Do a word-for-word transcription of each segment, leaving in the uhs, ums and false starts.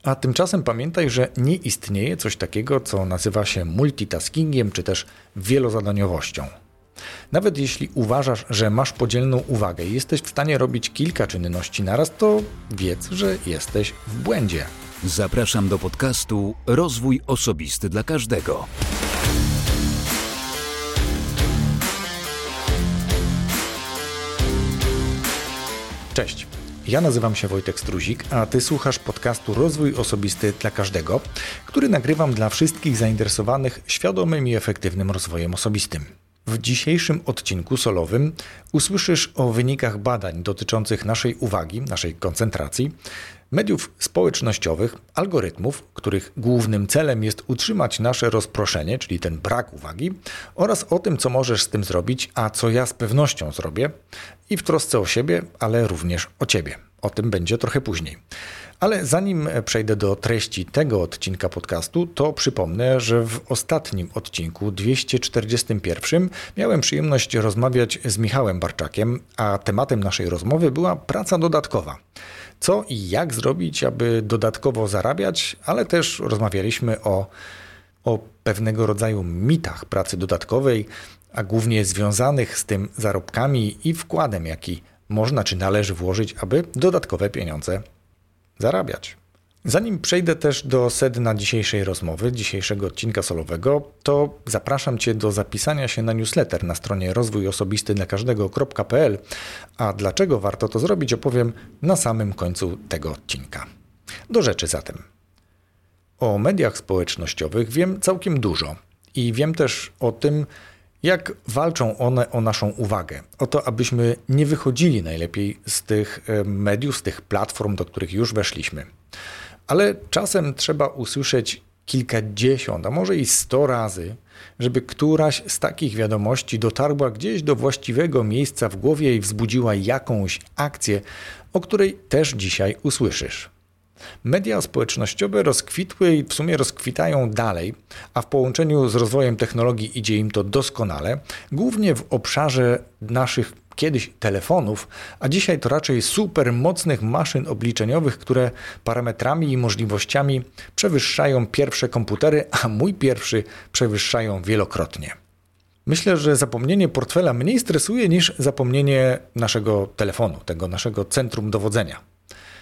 A tymczasem pamiętaj, że nie istnieje coś takiego, co nazywa się multitaskingiem czy też wielozadaniowością. Nawet jeśli uważasz, że masz podzielną uwagę i jesteś w stanie robić kilka czynności naraz, to wiedz, że jesteś w błędzie. Zapraszam do podcastu Rozwój Osobisty dla Każdego. Cześć, ja nazywam się Wojtek Struzik, a Ty słuchasz podcastu Rozwój Osobisty dla Każdego, który nagrywam dla wszystkich zainteresowanych świadomym i efektywnym rozwojem osobistym. W dzisiejszym odcinku solowym usłyszysz o wynikach badań dotyczących naszej uwagi, naszej koncentracji, mediów społecznościowych, algorytmów, których głównym celem jest utrzymać nasze rozproszenie, czyli ten brak uwagi, oraz o tym, co możesz z tym zrobić, a co ja z pewnością zrobię i w trosce o siebie, ale również o Ciebie. O tym będzie trochę później. Ale zanim przejdę do treści tego odcinka podcastu, to przypomnę, że w ostatnim odcinku, dwieście czterdziestym pierwszym, miałem przyjemność rozmawiać z Michałem Barczakiem, a tematem naszej rozmowy była praca dodatkowa. Co i jak zrobić, aby dodatkowo zarabiać, ale też rozmawialiśmy o, o pewnego rodzaju mitach pracy dodatkowej, a głównie związanych z tym zarobkami i wkładem, jaki można czy należy włożyć, aby dodatkowe pieniądze zarabiać. Zanim przejdę też do sedna dzisiejszej rozmowy, dzisiejszego odcinka solowego, to zapraszam Cię do zapisania się na newsletter na stronie rozwój osobisty dla każdego kropka p l, a dlaczego warto to zrobić, opowiem na samym końcu tego odcinka. Do rzeczy zatem. O mediach społecznościowych wiem całkiem dużo i wiem też o tym, jak walczą one o naszą uwagę, o to, abyśmy nie wychodzili najlepiej z tych mediów, z tych platform, do których już weszliśmy. Ale czasem trzeba usłyszeć kilkadziesiąt, a może i sto razy, żeby któraś z takich wiadomości dotarła gdzieś do właściwego miejsca w głowie i wzbudziła jakąś akcję, o której też dzisiaj usłyszysz. Media społecznościowe rozkwitły i w sumie rozkwitają dalej, a w połączeniu z rozwojem technologii idzie im to doskonale, głównie w obszarze naszych kiedyś telefonów, a dzisiaj to raczej super mocnych maszyn obliczeniowych, które parametrami i możliwościami przewyższają pierwsze komputery, a mój pierwszy przewyższają wielokrotnie. Myślę, że zapomnienie portfela mniej stresuje niż zapomnienie naszego telefonu, tego naszego centrum dowodzenia.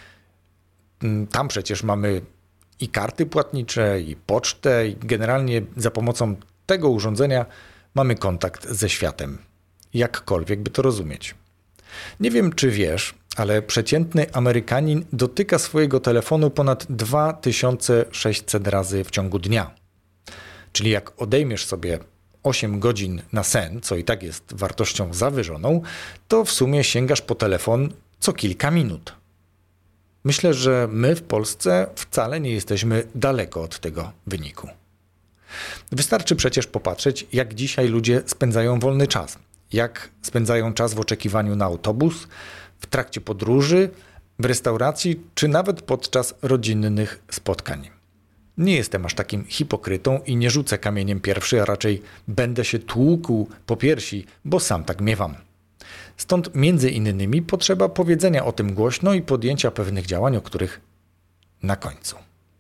Tam przecież mamy i karty płatnicze, i pocztę, i generalnie za pomocą tego urządzenia mamy kontakt ze światem. Jakkolwiek by to rozumieć. Nie wiem, czy wiesz, ale przeciętny Amerykanin dotyka swojego telefonu ponad dwa tysiące sześćset razy w ciągu dnia. Czyli jak odejmiesz sobie osiem godzin na sen, co i tak jest wartością zawyżoną, to w sumie sięgasz po telefon co kilka minut. Myślę, że my w Polsce wcale nie jesteśmy daleko od tego wyniku. Wystarczy przecież popatrzeć, jak dzisiaj ludzie spędzają wolny czas. Jak spędzają czas w oczekiwaniu na autobus, w trakcie podróży, w restauracji, czy nawet podczas rodzinnych spotkań. Nie jestem aż takim hipokrytą i nie rzucę kamieniem pierwszy, a raczej będę się tłukł po piersi, bo sam tak miewam. Stąd między innymi potrzeba powiedzenia o tym głośno i podjęcia pewnych działań, o których na końcu.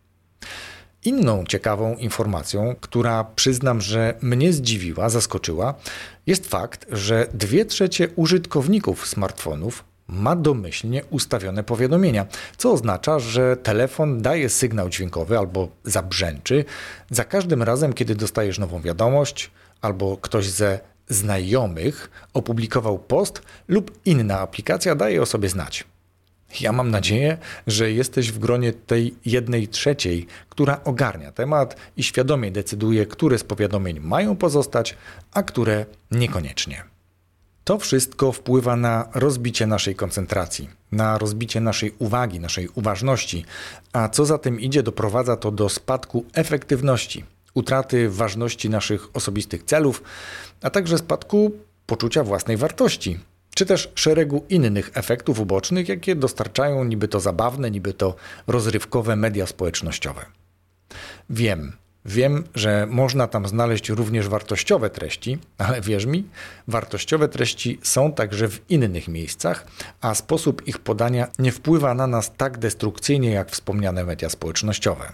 Inną ciekawą informacją, która przyznam, że mnie zdziwiła, zaskoczyła, jest fakt, że dwie trzecie użytkowników smartfonów ma domyślnie ustawione powiadomienia, co oznacza, że telefon daje sygnał dźwiękowy albo zabrzęczy za każdym razem, kiedy dostajesz nową wiadomość albo ktoś ze znajomych opublikował post lub inna aplikacja daje o sobie znać. Ja mam nadzieję, że jesteś w gronie tej jednej trzeciej, która ogarnia temat i świadomie decyduje, które z powiadomień mają pozostać, a które niekoniecznie. To wszystko wpływa na rozbicie naszej koncentracji, na rozbicie naszej uwagi, naszej uważności, a co za tym idzie, doprowadza to do spadku efektywności, utraty ważności naszych osobistych celów, a także spadku poczucia własnej wartości, czy też szeregu innych efektów ubocznych, jakie dostarczają niby to zabawne, niby to rozrywkowe media społecznościowe. Wiem, Wiem, że można tam znaleźć również wartościowe treści, ale wierz mi, wartościowe treści są także w innych miejscach, a sposób ich podania nie wpływa na nas tak destrukcyjnie jak wspomniane media społecznościowe.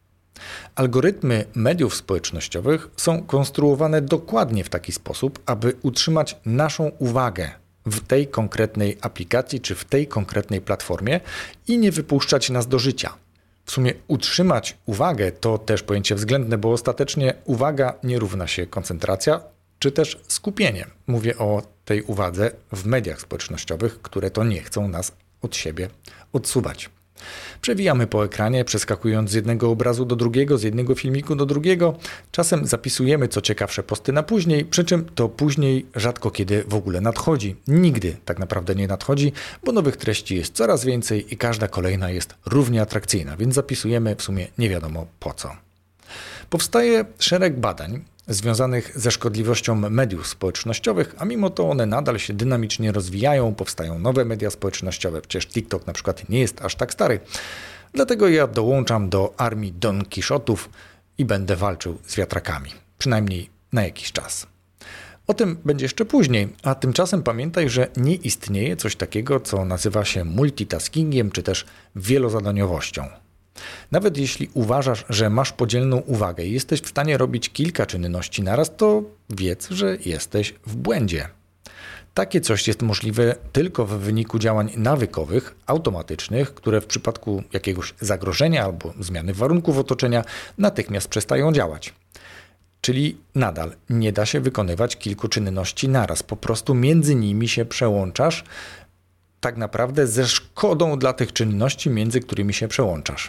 Algorytmy mediów społecznościowych są konstruowane dokładnie w taki sposób, aby utrzymać naszą uwagę w tej konkretnej aplikacji czy w tej konkretnej platformie i nie wypuszczać nas do życia. W sumie utrzymać uwagę to też pojęcie względne, bo ostatecznie uwaga nie równa się koncentracja czy też skupienie. Mówię o tej uwadze w mediach społecznościowych, które to nie chcą nas od siebie odsuwać. Przewijamy po ekranie, przeskakując z jednego obrazu do drugiego, z jednego filmiku do drugiego. Czasem zapisujemy co ciekawsze posty na później, przy czym to później rzadko kiedy w ogóle nadchodzi. Nigdy tak naprawdę nie nadchodzi, bo nowych treści jest coraz więcej i każda kolejna jest równie atrakcyjna, więc zapisujemy w sumie nie wiadomo po co. Powstaje szereg badań związanych ze szkodliwością mediów społecznościowych, a mimo to one nadal się dynamicznie rozwijają, powstają nowe media społecznościowe. Przecież TikTok na przykład nie jest aż tak stary. Dlatego ja dołączam do armii Don Kiszotów i będę walczył z wiatrakami. Przynajmniej na jakiś czas. O tym będzie jeszcze później, a tymczasem pamiętaj, że nie istnieje coś takiego, co nazywa się multitaskingiem czy też wielozadaniowością. Nawet jeśli uważasz, że masz podzielną uwagę i jesteś w stanie robić kilka czynności naraz, to wiedz, że jesteś w błędzie. Takie coś jest możliwe tylko w wyniku działań nawykowych, automatycznych, które w przypadku jakiegoś zagrożenia albo zmiany warunków otoczenia natychmiast przestają działać. Czyli nadal nie da się wykonywać kilku czynności naraz, po prostu między nimi się przełączasz, tak naprawdę ze szkodą dla tych czynności, między którymi się przełączasz.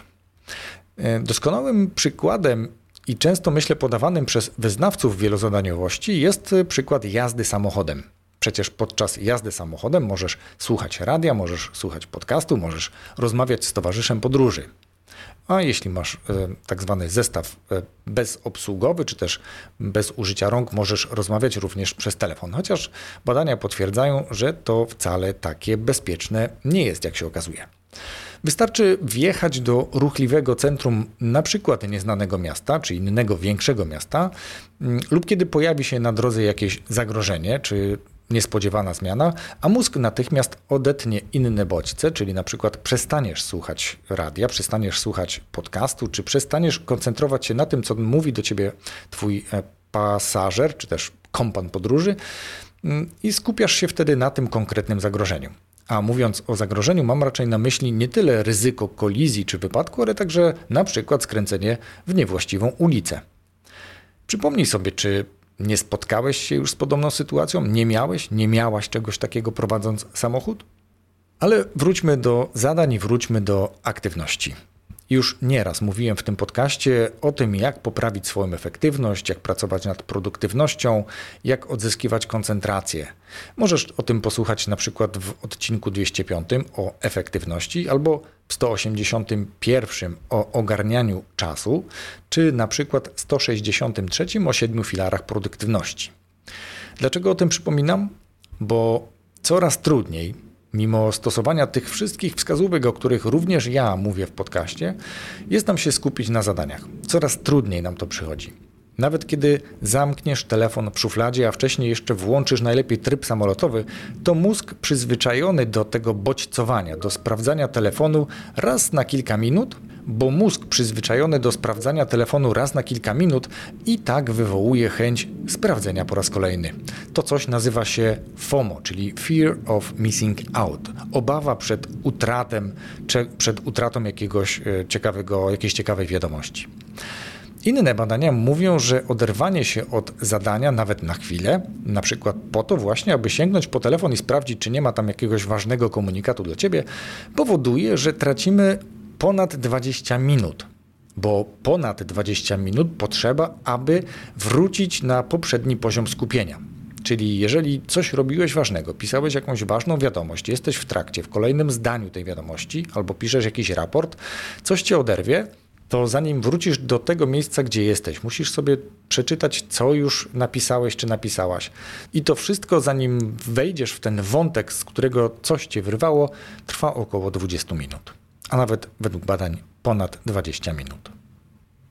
Doskonałym przykładem i często myślę podawanym przez wyznawców wielozadaniowości jest przykład jazdy samochodem. Przecież podczas jazdy samochodem możesz słuchać radia, możesz słuchać podcastu, możesz rozmawiać z towarzyszem podróży. A jeśli masz e, tak zwany zestaw e, bezobsługowy, czy też bez użycia rąk, możesz rozmawiać również przez telefon. Chociaż badania potwierdzają, że to wcale takie bezpieczne nie jest, jak się okazuje. Wystarczy wjechać do ruchliwego centrum na przykład nieznanego miasta, czy innego większego miasta, lub kiedy pojawi się na drodze jakieś zagrożenie, czy niespodziewana zmiana, a mózg natychmiast odetnie inne bodźce, czyli na przykład przestaniesz słuchać radia, przestaniesz słuchać podcastu, czy przestaniesz koncentrować się na tym, co mówi do ciebie twój pasażer, czy też kompan podróży i skupiasz się wtedy na tym konkretnym zagrożeniu. A mówiąc o zagrożeniu, mam raczej na myśli nie tyle ryzyko kolizji czy wypadku, ale także na przykład skręcenie w niewłaściwą ulicę. Przypomnij sobie, czy nie spotkałeś się już z podobną sytuacją? Nie miałeś, nie miałaś czegoś takiego prowadząc samochód? Ale wróćmy do zadań i wróćmy do aktywności. Już nieraz mówiłem w tym podcaście o tym, jak poprawić swoją efektywność, jak pracować nad produktywnością, jak odzyskiwać koncentrację. Możesz o tym posłuchać na przykład w odcinku dwieście pięć o efektywności albo w sto osiemdziesiątym pierwszym o ogarnianiu czasu, czy na przykład sto sześćdziesiątym trzecim o siedmiu filarach produktywności. Dlaczego o tym przypominam? Bo coraz trudniej, mimo stosowania tych wszystkich wskazówek, o których również ja mówię w podcaście, jest nam się skupić na zadaniach. Coraz trudniej nam to przychodzi. Nawet kiedy zamkniesz telefon w szufladzie, a wcześniej jeszcze włączysz najlepiej tryb samolotowy, to mózg przyzwyczajony do tego bodźcowania, do sprawdzania telefonu raz na kilka minut, bo mózg przyzwyczajony do sprawdzania telefonu raz na kilka minut i tak wywołuje chęć sprawdzenia po raz kolejny. To coś nazywa się FOMO, czyli Fear of Missing Out. Obawa przed utratem, przed utratą jakiegoś ciekawego, jakiejś ciekawej wiadomości. Inne badania mówią, że oderwanie się od zadania nawet na chwilę, na przykład po to właśnie, aby sięgnąć po telefon i sprawdzić, czy nie ma tam jakiegoś ważnego komunikatu dla ciebie, powoduje, że tracimy ponad dwadzieścia minut, bo ponad dwadzieścia minut potrzeba, aby wrócić na poprzedni poziom skupienia. Czyli jeżeli coś robiłeś ważnego, pisałeś jakąś ważną wiadomość, jesteś w trakcie, w kolejnym zdaniu tej wiadomości, albo piszesz jakiś raport, coś cię oderwie, to zanim wrócisz do tego miejsca, gdzie jesteś, musisz sobie przeczytać, co już napisałeś czy napisałaś. I to wszystko, zanim wejdziesz w ten wątek, z którego coś cię wyrwało, trwa około dwadzieścia minut. A nawet według badań ponad dwadzieścia minut.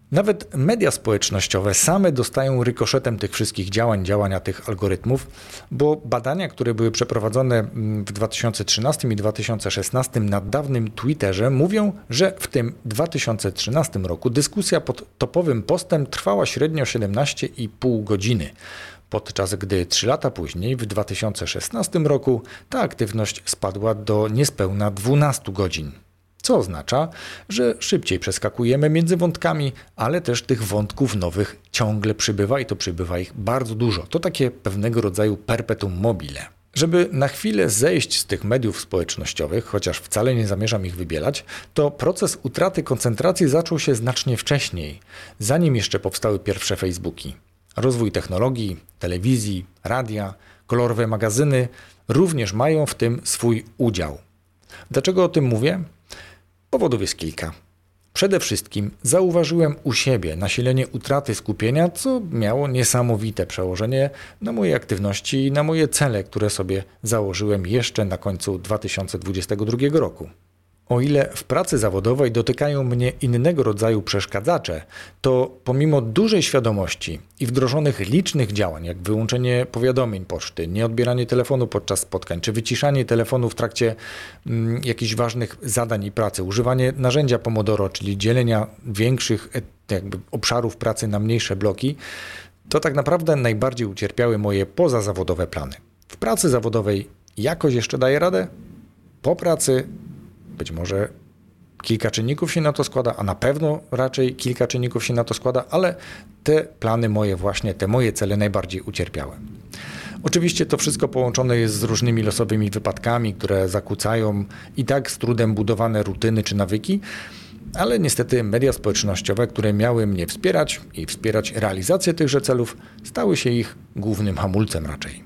Nawet media społecznościowe same dostają rykoszetem tych wszystkich działań, działania tych algorytmów, bo badania, które były przeprowadzone w dwa tysiące trzynastym i dwa tysiące szesnastym na dawnym Twitterze mówią, że w tym dwa tysiące trzynastym roku dyskusja pod topowym postem trwała średnio siedemnaście i pół godziny, podczas gdy trzy lata później, w dwa tysiące szesnastym roku, ta aktywność spadła do niespełna dwunastu godzin. Co oznacza, że szybciej przeskakujemy między wątkami, ale też tych wątków nowych ciągle przybywa i to przybywa ich bardzo dużo. To takie pewnego rodzaju perpetuum mobile. Żeby na chwilę zejść z tych mediów społecznościowych, chociaż wcale nie zamierzam ich wybielać, to proces utraty koncentracji zaczął się znacznie wcześniej, zanim jeszcze powstały pierwsze Facebooki. Rozwój technologii, telewizji, radia, kolorowe magazyny również mają w tym swój udział. Dlaczego o tym mówię? Powodów jest kilka. Przede wszystkim zauważyłem u siebie nasilenie utraty skupienia, co miało niesamowite przełożenie na moje aktywności i na moje cele, które sobie założyłem jeszcze na końcu dwa tysiące dwudziestego drugiego roku. O ile w pracy zawodowej dotykają mnie innego rodzaju przeszkadzacze, to pomimo dużej świadomości i wdrożonych licznych działań, jak wyłączenie powiadomień poczty, nieodbieranie telefonu podczas spotkań, czy wyciszanie telefonu w trakcie mm, jakichś ważnych zadań i pracy, używanie narzędzia Pomodoro, czyli dzielenia większych jakby obszarów pracy na mniejsze bloki, to tak naprawdę najbardziej ucierpiały moje pozazawodowe plany. W pracy zawodowej jakoś jeszcze daję radę, po pracy być może kilka czynników się na to składa, a na pewno raczej kilka czynników się na to składa, ale te plany moje właśnie, te moje cele najbardziej ucierpiały. Oczywiście to wszystko połączone jest z różnymi losowymi wypadkami, które zakłócają i tak z trudem budowane rutyny czy nawyki, ale niestety media społecznościowe, które miały mnie wspierać i wspierać realizację tychże celów, stały się ich głównym hamulcem raczej.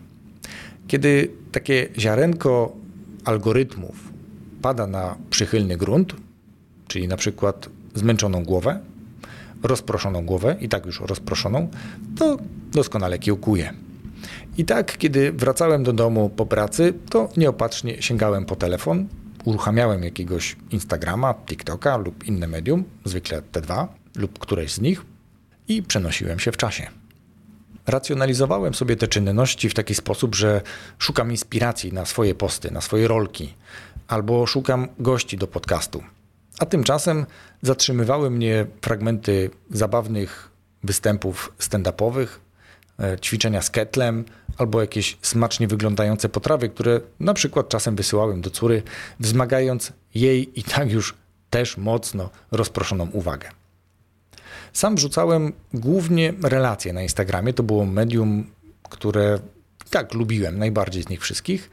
Kiedy takie ziarenko algorytmów pada na przychylny grunt, czyli na przykład zmęczoną głowę, rozproszoną głowę, i tak już rozproszoną, to doskonale kiełkuje. I tak, kiedy wracałem do domu po pracy, to nieopatrznie sięgałem po telefon, uruchamiałem jakiegoś Instagrama, TikToka lub inne medium, zwykle te dwa lub któreś z nich, i przenosiłem się w czasie. Racjonalizowałem sobie te czynności w taki sposób, że szukam inspiracji na swoje posty, na swoje rolki, albo szukam gości do podcastu. A tymczasem zatrzymywały mnie fragmenty zabawnych występów stand-upowych, ćwiczenia z ketlem, albo jakieś smacznie wyglądające potrawy, które na przykład czasem wysyłałem do córy, wzmagając jej i tak już też mocno rozproszoną uwagę. Sam wrzucałem głównie relacje na Instagramie. To było medium, które tak lubiłem, najbardziej z nich wszystkich.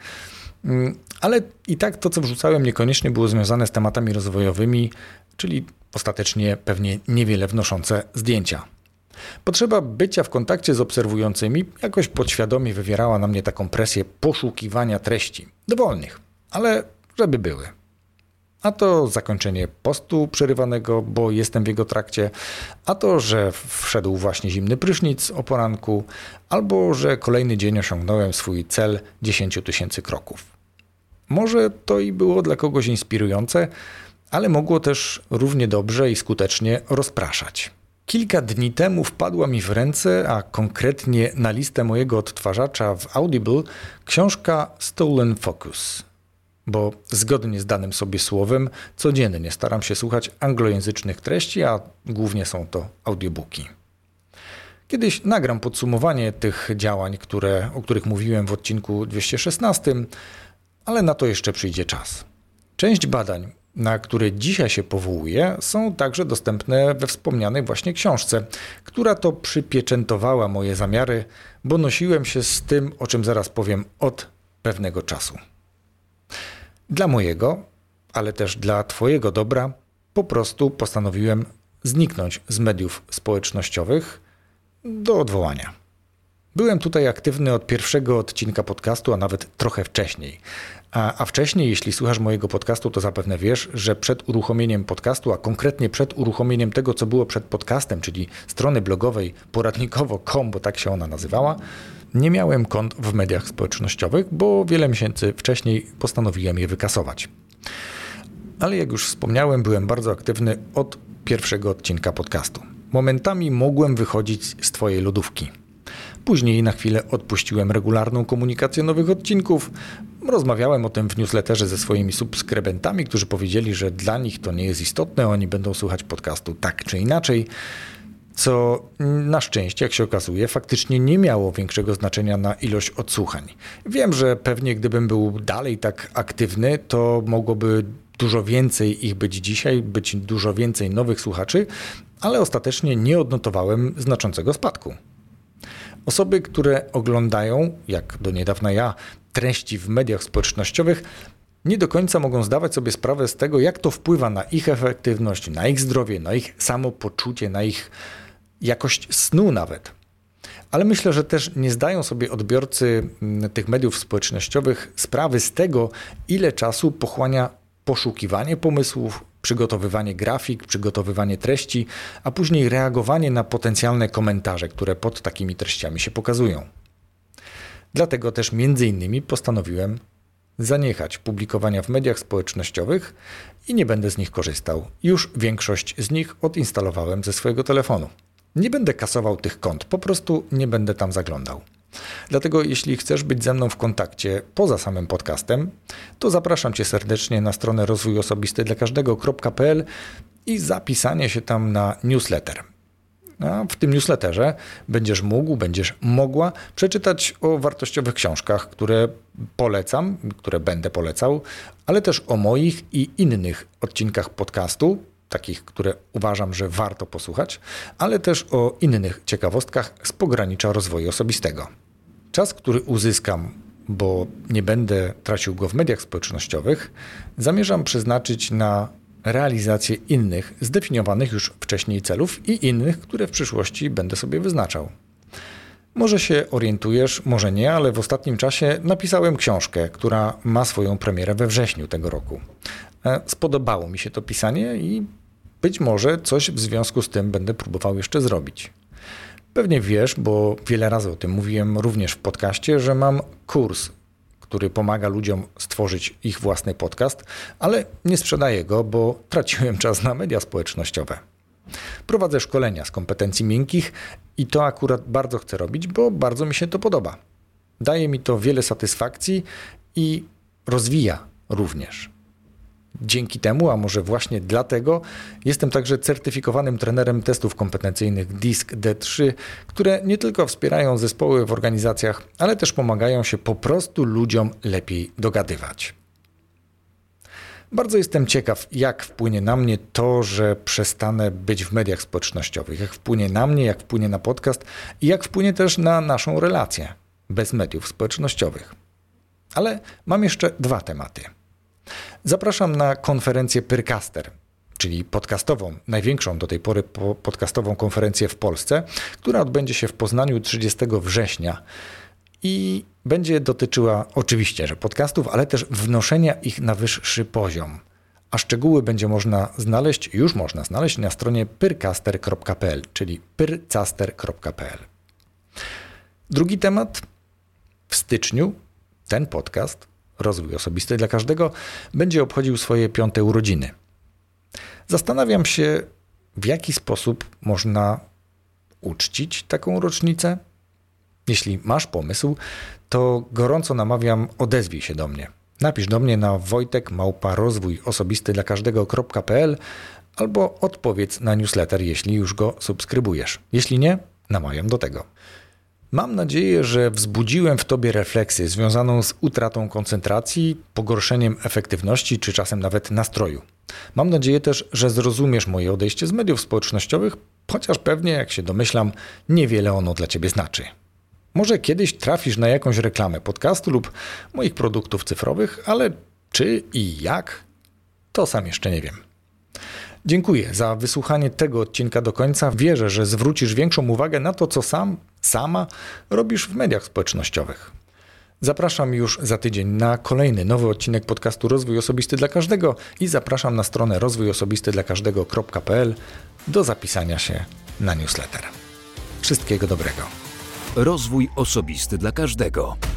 Ale i tak to, co wrzucałem, niekoniecznie było związane z tematami rozwojowymi, czyli ostatecznie pewnie niewiele wnoszące zdjęcia. Potrzeba bycia w kontakcie z obserwującymi jakoś podświadomie wywierała na mnie taką presję poszukiwania treści. Dowolnych, ale żeby były. A to zakończenie postu przerywanego, bo jestem w jego trakcie, a to, że wszedł właśnie zimny prysznic o poranku, albo że kolejny dzień osiągnąłem swój cel dziesięć tysięcy kroków. Może to i było dla kogoś inspirujące, ale mogło też równie dobrze i skutecznie rozpraszać. Kilka dni temu wpadła mi w ręce, a konkretnie na listę mojego odtwarzacza w Audible, książka Stolen Focus. Bo zgodnie z danym sobie słowem codziennie staram się słuchać anglojęzycznych treści, a głównie są to audiobooki. Kiedyś nagram podsumowanie tych działań, które, o których mówiłem w odcinku dwieście szesnastym, ale na to jeszcze przyjdzie czas. Część badań, na które dzisiaj się powołuję, są także dostępne we wspomnianej właśnie książce, która to przypieczętowała moje zamiary, bo nosiłem się z tym, o czym zaraz powiem, od pewnego czasu. Dla mojego, ale też dla Twojego dobra, po prostu postanowiłem zniknąć z mediów społecznościowych do odwołania. Byłem tutaj aktywny od pierwszego odcinka podcastu, a nawet trochę wcześniej. A, a wcześniej, jeśli słuchasz mojego podcastu, to zapewne wiesz, że przed uruchomieniem podcastu, a konkretnie przed uruchomieniem tego, co było przed podcastem, czyli strony blogowej poradnikowo kropka com, bo tak się ona nazywała, nie miałem kont w mediach społecznościowych, bo wiele miesięcy wcześniej postanowiłem je wykasować. Ale jak już wspomniałem, byłem bardzo aktywny od pierwszego odcinka podcastu. Momentami mogłem wychodzić z Twojej lodówki. Później na chwilę odpuściłem regularną komunikację nowych odcinków. Rozmawiałem o tym w newsletterze ze swoimi subskrybentami, którzy powiedzieli, że dla nich to nie jest istotne, oni będą słuchać podcastu tak czy inaczej, co na szczęście, jak się okazuje, faktycznie nie miało większego znaczenia na ilość odsłuchań. Wiem, że pewnie gdybym był dalej tak aktywny, to mogłoby dużo więcej ich być dzisiaj, być dużo więcej nowych słuchaczy, ale ostatecznie nie odnotowałem znaczącego spadku. Osoby, które oglądają, jak do niedawna ja, treści w mediach społecznościowych, nie do końca mogą zdawać sobie sprawę z tego, jak to wpływa na ich efektywność, na ich zdrowie, na ich samopoczucie, na ich jakość snu nawet. Ale myślę, że też nie zdają sobie odbiorcy tych mediów społecznościowych sprawy z tego, ile czasu pochłania poszukiwanie pomysłów, przygotowywanie grafik, przygotowywanie treści, a później reagowanie na potencjalne komentarze, które pod takimi treściami się pokazują. Dlatego też między innymi postanowiłem zaniechać publikowania w mediach społecznościowych i nie będę z nich korzystał. Już większość z nich odinstalowałem ze swojego telefonu. Nie będę kasował tych kont, po prostu nie będę tam zaglądał. Dlatego jeśli chcesz być ze mną w kontakcie poza samym podcastem, to zapraszam Cię serdecznie na stronę rozwój osobisty dla każdego kropka p l i zapisanie się tam na newsletter. A w tym newsletterze będziesz mógł, będziesz mogła przeczytać o wartościowych książkach, które polecam, które będę polecał, ale też o moich i innych odcinkach podcastu, takich, które uważam, że warto posłuchać, ale też o innych ciekawostkach z pogranicza rozwoju osobistego. Czas, który uzyskam, bo nie będę tracił go w mediach społecznościowych, zamierzam przeznaczyć na realizację innych, zdefiniowanych już wcześniej celów i innych, które w przyszłości będę sobie wyznaczał. Może się orientujesz, może nie, ale w ostatnim czasie napisałem książkę, która ma swoją premierę we wrześniu tego roku. Spodobało mi się to pisanie i być może coś w związku z tym będę próbował jeszcze zrobić. Pewnie wiesz, bo wiele razy o tym mówiłem również w podcaście, że mam kurs, który pomaga ludziom stworzyć ich własny podcast, ale nie sprzedaję go, bo traciłem czas na media społecznościowe. Prowadzę szkolenia z kompetencji miękkich i to akurat bardzo chcę robić, bo bardzo mi się to podoba. Daje mi to wiele satysfakcji i rozwija również. Dzięki temu, a może właśnie dlatego, jestem także certyfikowanym trenerem testów kompetencyjnych D I S C D trzy, które nie tylko wspierają zespoły w organizacjach, ale też pomagają się po prostu ludziom lepiej dogadywać. Bardzo jestem ciekaw, jak wpłynie na mnie to, że przestanę być w mediach społecznościowych, jak wpłynie na mnie, jak wpłynie na podcast i jak wpłynie też na naszą relację bez mediów społecznościowych. Ale mam jeszcze dwa tematy. Zapraszam na konferencję Pyrcaster, czyli podcastową, największą do tej pory podcastową konferencję w Polsce, która odbędzie się w Poznaniu trzydziestego września i będzie dotyczyła oczywiście, że podcastów, ale też wnoszenia ich na wyższy poziom. A szczegóły będzie można znaleźć, już można znaleźć na stronie pyrcaster kropka p l, czyli pyrcaster kropka p l. Drugi temat. W styczniu ten podcast Rozwój osobisty dla każdego będzie obchodził swoje piąte urodziny. Zastanawiam się, w jaki sposób można uczcić taką rocznicę. Jeśli masz pomysł, to gorąco namawiam, odezwij się do mnie. Napisz do mnie na wojtek małpa rozwój osobisty dla każdego kropka p l albo odpowiedz na newsletter, jeśli już go subskrybujesz. Jeśli nie, namawiam do tego. Mam nadzieję, że wzbudziłem w Tobie refleksję związaną z utratą koncentracji, pogorszeniem efektywności czy czasem nawet nastroju. Mam nadzieję też, że zrozumiesz moje odejście z mediów społecznościowych, chociaż pewnie, jak się domyślam, niewiele ono dla Ciebie znaczy. Może kiedyś trafisz na jakąś reklamę podcastu lub moich produktów cyfrowych, ale czy i jak? To sam jeszcze nie wiem. Dziękuję za wysłuchanie tego odcinka do końca. Wierzę, że zwrócisz większą uwagę na to, co sam, sama robisz w mediach społecznościowych. Zapraszam już za tydzień na kolejny nowy odcinek podcastu Rozwój Osobisty dla Każdego i zapraszam na stronę rozwój osobisty dla każdego kropka p l do zapisania się na newsletter. Wszystkiego dobrego. Rozwój osobisty dla każdego.